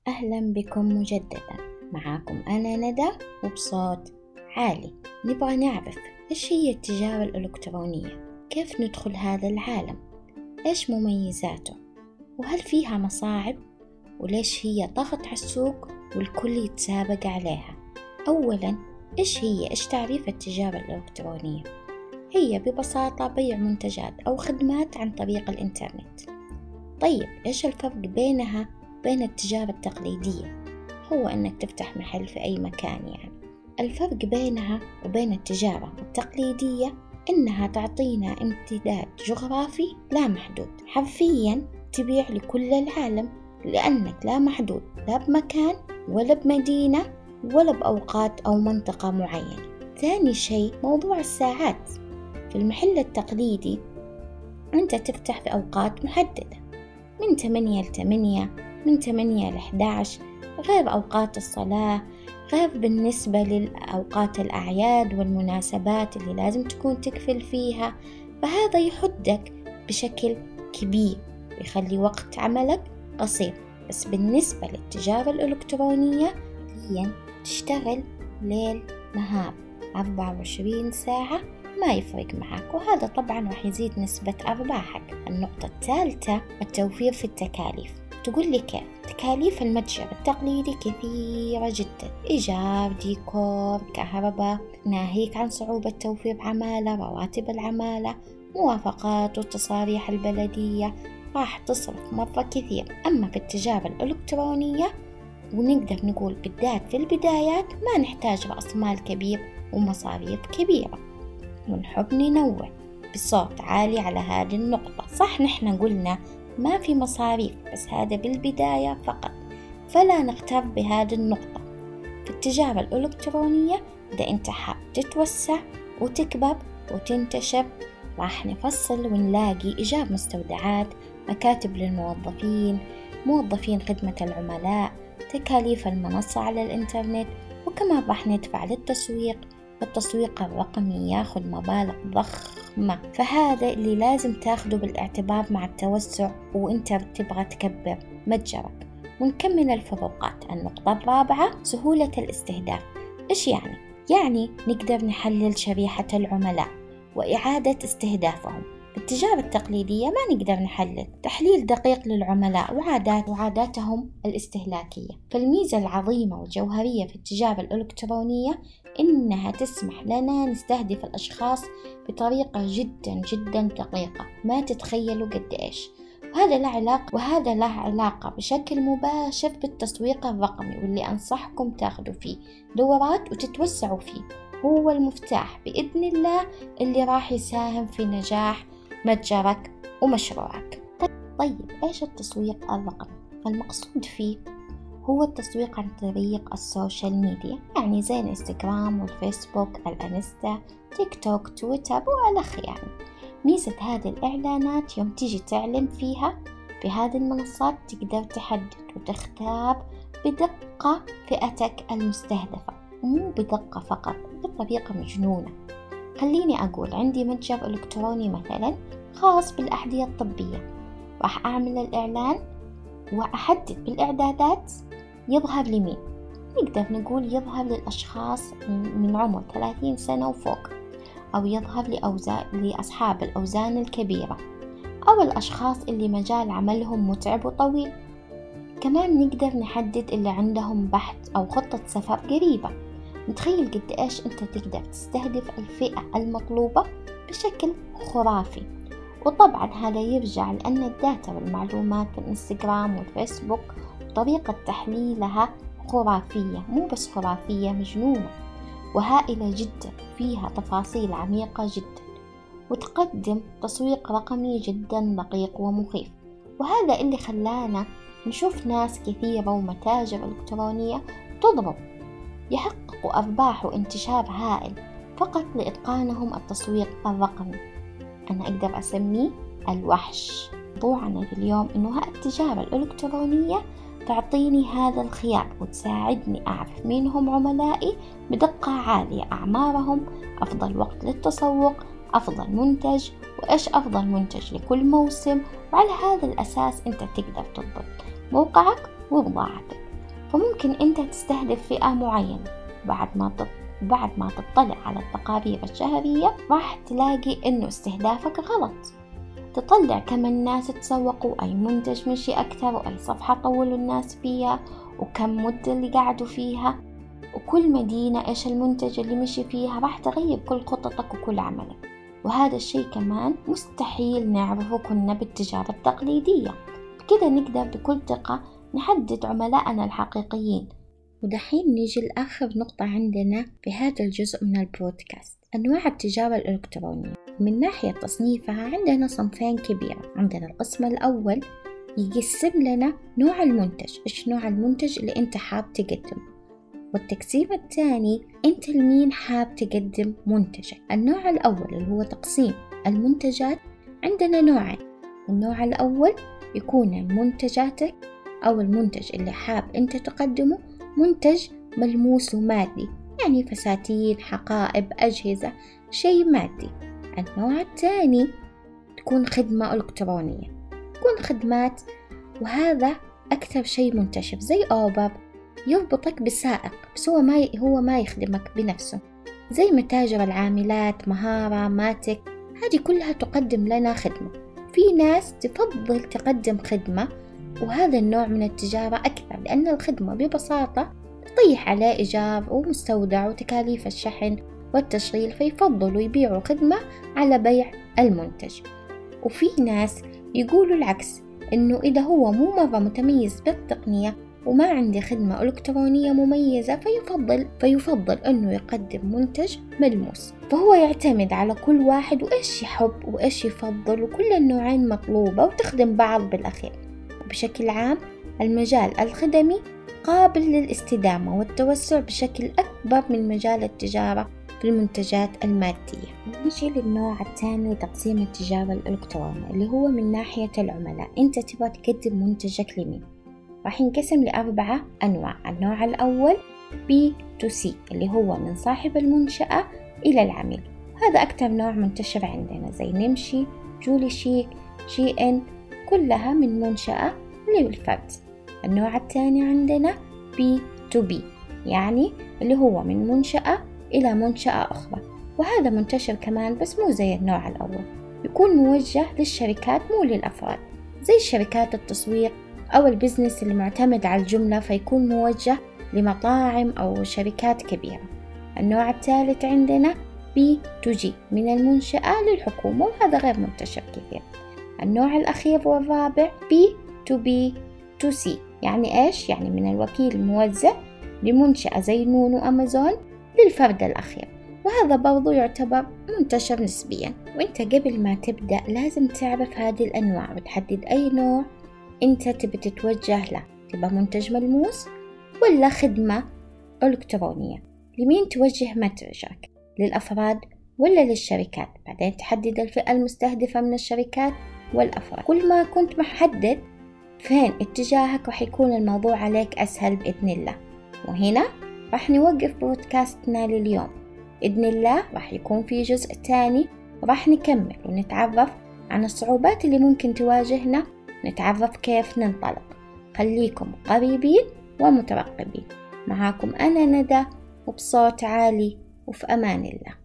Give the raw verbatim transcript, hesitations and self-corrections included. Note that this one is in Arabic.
أهلا بكم مجددا. معاكم أنا ندى وبصوت عالي. نبغى نعرف إيش هي التجارة الإلكترونية، كيف ندخل هذا العالم، إيش مميزاته، وهل فيها مصاعب، وليش هي ضغط على السوق والكل يتسابق عليها. أولا، إيش هي إيش تعريف التجارة الإلكترونية؟ هي ببساطة بيع منتجات أو خدمات عن طريق الإنترنت. طيب إيش الفرق بينها بين التجارة التقليدية؟ هو أنك تفتح محل في أي مكان. يعني الفرق بينها وبين التجارة التقليدية إنها تعطينا امتداد جغرافي لا محدود، حرفيا تبيع لكل العالم، لأنك لا محدود لا بمكان ولا بمدينة ولا بأوقات أو منطقة معينة. ثاني شيء موضوع الساعات. في المحل التقليدي أنت تفتح في أوقات محددة، من ثمانية لثمانية، من ثمانية لإحدى عشر، غير أوقات الصلاة، غير بالنسبة لأوقات الأعياد والمناسبات اللي لازم تكون تكفل فيها. فهذا يحدك بشكل كبير ويخلي وقت عملك قصير. بس بالنسبة للتجارة الإلكترونية هي تشتغل ليل نهار أربعة وعشرين ساعة، ما يفرق معك، وهذا طبعا راح يزيد نسبة أرباحك. النقطة الثالثة التوفير في التكاليف. تقول لي كيف؟ تكاليف المتجر التقليدي كثيرة جدا، إيجار، ديكور، كهرباء، ناهيك عن صعوبة توفير عمالة، رواتب العمالة، موافقات وتصاريح البلدية، راح تصرف مرة كثير. أما في التجارة الإلكترونية ونقدر نقول بالذات في البدايات ما نحتاج رأس مال كبير ومصاريف كبيرة. ونحب ننوه بصوت عالي على هذه النقطة. صح نحن قلنا ما في مصاريف، بس هذا بالبداية فقط، فلا نغتر بهذه النقطة. في التجارة الإلكترونية إذا أنت حاب تتوسع وتكبر وتنتشر، راح نفصل ونلاقي إيجار مستودعات، مكاتب للموظفين، موظفين خدمة العملاء، تكاليف المنصة على الإنترنت، وكمان راح ندفع للتسويق. التسويق الرقمي ياخذ مبالغ ضخمة، فهذا اللي لازم تاخده بالاعتبار مع التوسع وانت تبغى تكبر متجرك. ونكمل الفروقات. النقطة الرابعة سهولة الاستهداف. إيش يعني؟ يعني نقدر نحلل شريحة العملاء وإعادة استهدافهم. بالتجارة التقليدية ما نقدر نحلل تحليل دقيق للعملاء وعادات وعاداتهم الاستهلاكية. فالميزة العظيمة والجوهرية في التجارة الإلكترونية إنها تسمح لنا نستهدف الأشخاص بطريقة جدا جدا دقيقة، ما تتخيلوا قد إيش. وهذا له علاقة وهذا له علاقة بشكل مباشر بالتسويق الرقمي، واللي أنصحكم تاخذوا فيه دورات وتتوسعوا فيه. هو المفتاح بإذن الله اللي راح يساهم في نجاح متجرك ومشروعك. طيب إيش التسويق الرقمي؟ فالمقصود فيه هو التسويق عن طريق السوشيال ميديا، يعني زي الانستغرام والفيسبوك، الانستا، تيك توك، تويتر والأخ. يعني ميزة هذه الإعلانات يوم تيجي تعلن فيها في هذه المنصات تقدر تحدد وتختار بدقة فئتك المستهدفة، ومو بدقة فقط، بطريقة مجنونة. خليني أقول عندي متجر إلكتروني مثلا خاص بالأحذية الطبية، راح أعمل الإعلان وأحدد بالإعدادات يظهر لمين. نقدر نقول يظهر للأشخاص من عمر ثلاثين سنة وفوق، أو يظهر لأوزان لأصحاب الأوزان الكبيرة، أو الأشخاص اللي مجال عملهم متعب وطويل. كمان نقدر نحدد اللي عندهم بحث أو خطة سفر قريبة. نتخيل قد إيش أنت تقدر تستهدف الفئة المطلوبة بشكل خرافي. وطبعا هذا يرجع لأن الداتا والمعلومات في الانستغرام والفيسبوك طريقة تحليلها خرافية، مو بس خرافية، مجنونة وهائلة جدا، فيها تفاصيل عميقة جدا، وتقدم تسويق رقمي جدا دقيق ومخيف. وهذا اللي خلانا نشوف ناس كثيرة ومتاجر إلكترونية تضرب، يحققوا أرباح وانتشار هائل فقط لإتقانهم التسويق الرقمي. أنا أقدر أسميه الوحش. موضوعنا اليوم إنه التجارة الإلكترونية تعطيني هذا الخيار وتساعدني أعرف مين هم عملائي بدقة عالية، أعمارهم، أفضل وقت للتسوق، أفضل منتج، وإيش أفضل منتج لكل موسم. وعلى هذا الأساس أنت تقدر تضبط موقعك وبضاعتك. فممكن أنت تستهدف فئة معينة. بعد ما بعد ما تطلع على التقارير الشهرية راح تلاقي إنه استهدافك غلط. تطلع كم الناس تسوقوا، أي منتج مشي أكثر، وأي صفحة طولوا الناس فيها، وكم مدة اللي قعدوا فيها، وكل مدينة إيش المنتج اللي مشي فيها. راح تغير كل خططك وكل عملك، وهذا الشيء كمان مستحيل نعرفه كنا بالتجارة التقليدية. بكده نقدر بكل ثقة نحدد عملائنا الحقيقيين. ودحين نيجي لآخر نقطة عندنا في هذا الجزء من البودكاست، أنواع التجارة الإلكترونية. من ناحية تصنيفها عندنا صنفين كبيرة. عندنا القسم الأول يقسم لنا نوع المنتج، إيش نوع المنتج اللي أنت حاب تقدمه، والتقسيم الثاني أنت لمين حاب تقدم منتجك. النوع الأول اللي هو تقسيم المنتجات، عندنا نوعين. النوع الأول يكون منتجاتك أو المنتج اللي حاب أنت تقدمه منتج ملموس ومادي، يعني فساتين، حقائب، أجهزة، شيء مادي. النوع الثاني تكون خدمة إلكترونية، تكون خدمات، وهذا أكثر شيء منتشر، زي أوبر يربطك بسائق بس هو ما هو ما يخدمك بنفسه، زي متاجر العاملات، مهارة، ماتك، هذه كلها تقدم لنا خدمة. في ناس تفضل تقدم خدمة، وهذا النوع من التجارة أكثر، لأن الخدمة ببساطة تطيح عليه إيجار ومستودع وتكاليف الشحن والتشغيل، فيفضلوا يبيعوا خدمة على بيع المنتج. وفي ناس يقولوا العكس، إنه إذا هو مو مرة متميز بالتقنية وما عنده خدمة إلكترونية مميزة فيفضل فيفضل إنه يقدم منتج ملموس. فهو يعتمد على كل واحد وإيش يحب وإيش يفضل، وكل النوعين مطلوبة وتخدم بعض بالأخير. بشكل عام المجال الخدمي قابل للاستدامة والتوسع بشكل أكبر من مجال التجارة في المنتجات المادية. نجي للنوع الثاني لتقسيم التجارة الإلكترونية، اللي هو من ناحية العملاء. أنت تبغى تقدم منتجك لمين؟ راح ينقسم لأربعة أنواع. النوع الأول بي تو سي، اللي هو من صاحب المنشأة إلى العميل. هذا أكثر نوع منتشر عندنا، زي نمشي، جولي شيك، شي إن، كلها من منشأة للفرد. النوع الثاني عندنا بي تو بي، يعني اللي هو من منشأة إلى منشأة أخرى، وهذا منتشر كمان بس مو زي النوع الأول. يكون موجه للشركات مو للأفراد، زي شركات التسويق أو البزنس اللي معتمد على الجملة، فيكون موجه لمطاعم أو شركات كبيرة. النوع الثالث عندنا بي تو جي، من المنشأة للحكومة، وهذا غير منتشر كثير. النوع الأخير والرابع بي تو بي تو سي، يعني إيش؟ يعني من الوكيل الموزع لمنشأة زي نون وأمازون للفرد الأخير، وهذا برضو يعتبر منتشر نسبيا. وإنت قبل ما تبدأ لازم تعرف هذه الأنواع وتحدد أي نوع أنت تبي تتوجه له. تبقى منتج ملموس ولا خدمة إلكترونية؟ لمين توجه منتجك؟ للأفراد ولا للشركات؟ بعدين تحدد الفئة المستهدفة من الشركات والأفراد. كل ما كنت محدد فين اتجاهك راح يكون الموضوع عليك أسهل بإذن الله. وهنا راح نوقف بودكاستنا لليوم. بإذن الله راح يكون في جزء تاني، راح نكمل ونتعرف عن الصعوبات اللي ممكن تواجهنا، نتعرف كيف ننطلق. خليكم قريبين ومترقبين. معاكم أنا ندى، وبصوت عالي، وفي أمان الله.